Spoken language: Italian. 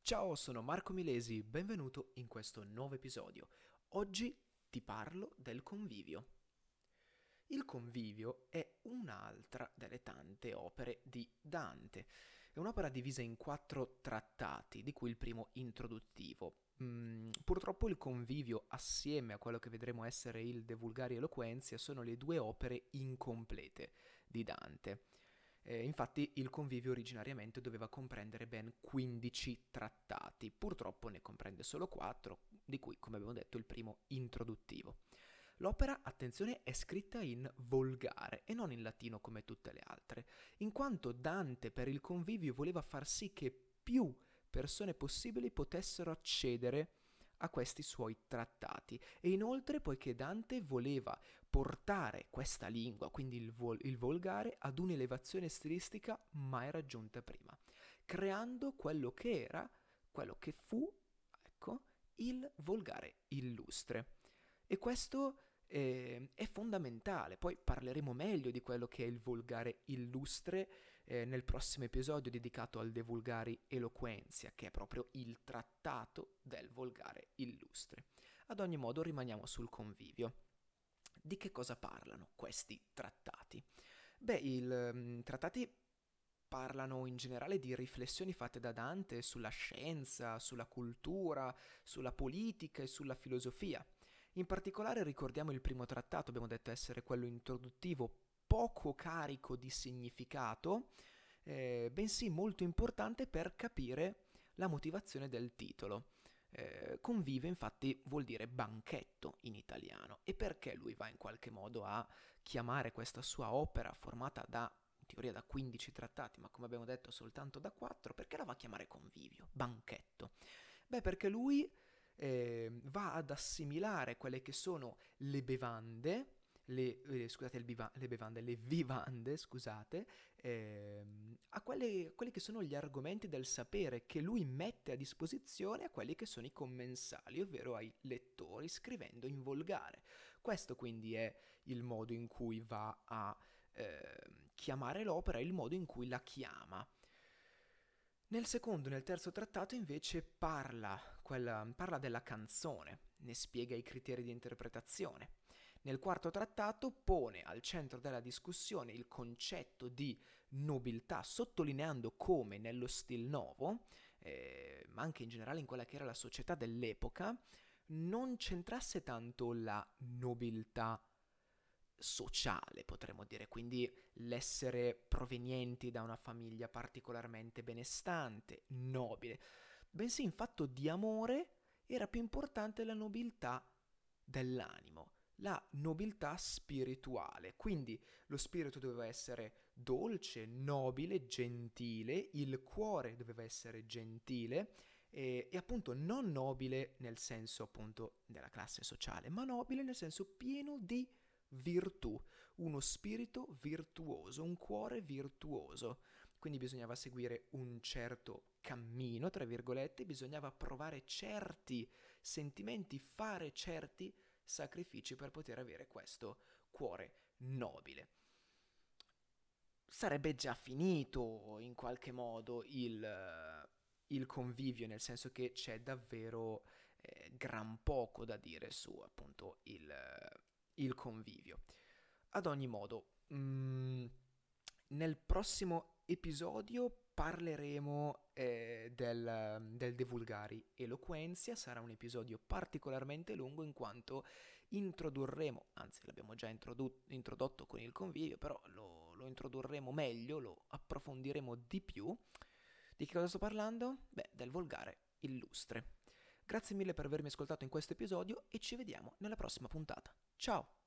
Ciao, sono Marco Milesi, benvenuto in questo nuovo episodio. Oggi ti parlo del convivio. Il convivio è un'altra delle tante opere di Dante. È un'opera divisa in 4 trattati, di cui il primo introduttivo. Purtroppo il convivio, assieme a quello che vedremo essere il De Vulgari Eloquentia, sono le due opere incomplete di Dante. Infatti il convivio originariamente doveva comprendere ben 15 trattati, purtroppo ne comprende solo 4, di cui, come abbiamo detto, il primo introduttivo. L'opera, attenzione, è scritta in volgare e non in latino come tutte le altre, in quanto Dante per il convivio voleva far sì che più persone possibili potessero accedere a questi suoi trattati e inoltre poiché Dante voleva portare questa lingua, quindi il volgare, ad un'elevazione stilistica mai raggiunta prima, creando quello che fu, ecco, il volgare illustre. E questo è fondamentale. Poi parleremo meglio di quello che è il volgare illustre nel prossimo episodio dedicato al De Vulgari Eloquentia, che è proprio il trattato del volgare illustre. Ad ogni modo rimaniamo sul convivio. Di che cosa parlano questi trattati? Beh, i trattati parlano in generale di riflessioni fatte da Dante sulla scienza, sulla cultura, sulla politica e sulla filosofia. In particolare ricordiamo il primo trattato, abbiamo detto essere quello introduttivo, poco carico di significato, bensì molto importante per capire la motivazione del titolo. Convive infatti vuol dire banchetto in italiano. E perché lui va in qualche modo a chiamare questa sua opera formata in teoria da 15 trattati, ma come abbiamo detto soltanto da 4, perché la va a chiamare convivio, banchetto? Beh, perché lui va ad assimilare quelle che sono le bevande, scusate, le bevande, le vivande, scusate, a quelli che sono gli argomenti del sapere che lui mette a disposizione a quelli che sono i commensali, ovvero ai lettori, scrivendo in volgare. Questo quindi è il modo in cui va a chiamare l'opera, il modo in cui la chiama. Nel secondo e nel terzo trattato invece parla della canzone, ne spiega i criteri di interpretazione. Nel quarto trattato pone al centro della discussione il concetto di nobiltà, sottolineando come nello stil nuovo, ma anche in generale in quella che era la società dell'epoca, non c'entrasse tanto la nobiltà sociale, potremmo dire, quindi l'essere provenienti da una famiglia particolarmente benestante, nobile, bensì in fatto di amore era più importante la nobiltà dell'animo, la nobiltà spirituale, quindi lo spirito doveva essere dolce, nobile, gentile, il cuore doveva essere gentile e appunto non nobile nel senso appunto della classe sociale, ma nobile nel senso pieno di virtù, uno spirito virtuoso, un cuore virtuoso. Quindi bisognava seguire un certo cammino, tra virgolette, bisognava provare certi sentimenti, fare certi sacrifici per poter avere questo cuore nobile. Sarebbe già finito in qualche modo il convivio, nel senso che c'è davvero gran poco da dire su appunto il convivio. Ad ogni modo, nel prossimo episodio parleremo del De Vulgari Eloquentia, sarà un episodio particolarmente lungo in quanto introdurremo, anzi l'abbiamo già introdotto con il convivio, però lo introdurremo meglio, lo approfondiremo di più. Di che cosa sto parlando? Beh, del volgare illustre. Grazie mille per avermi ascoltato in questo episodio e ci vediamo nella prossima puntata. Ciao!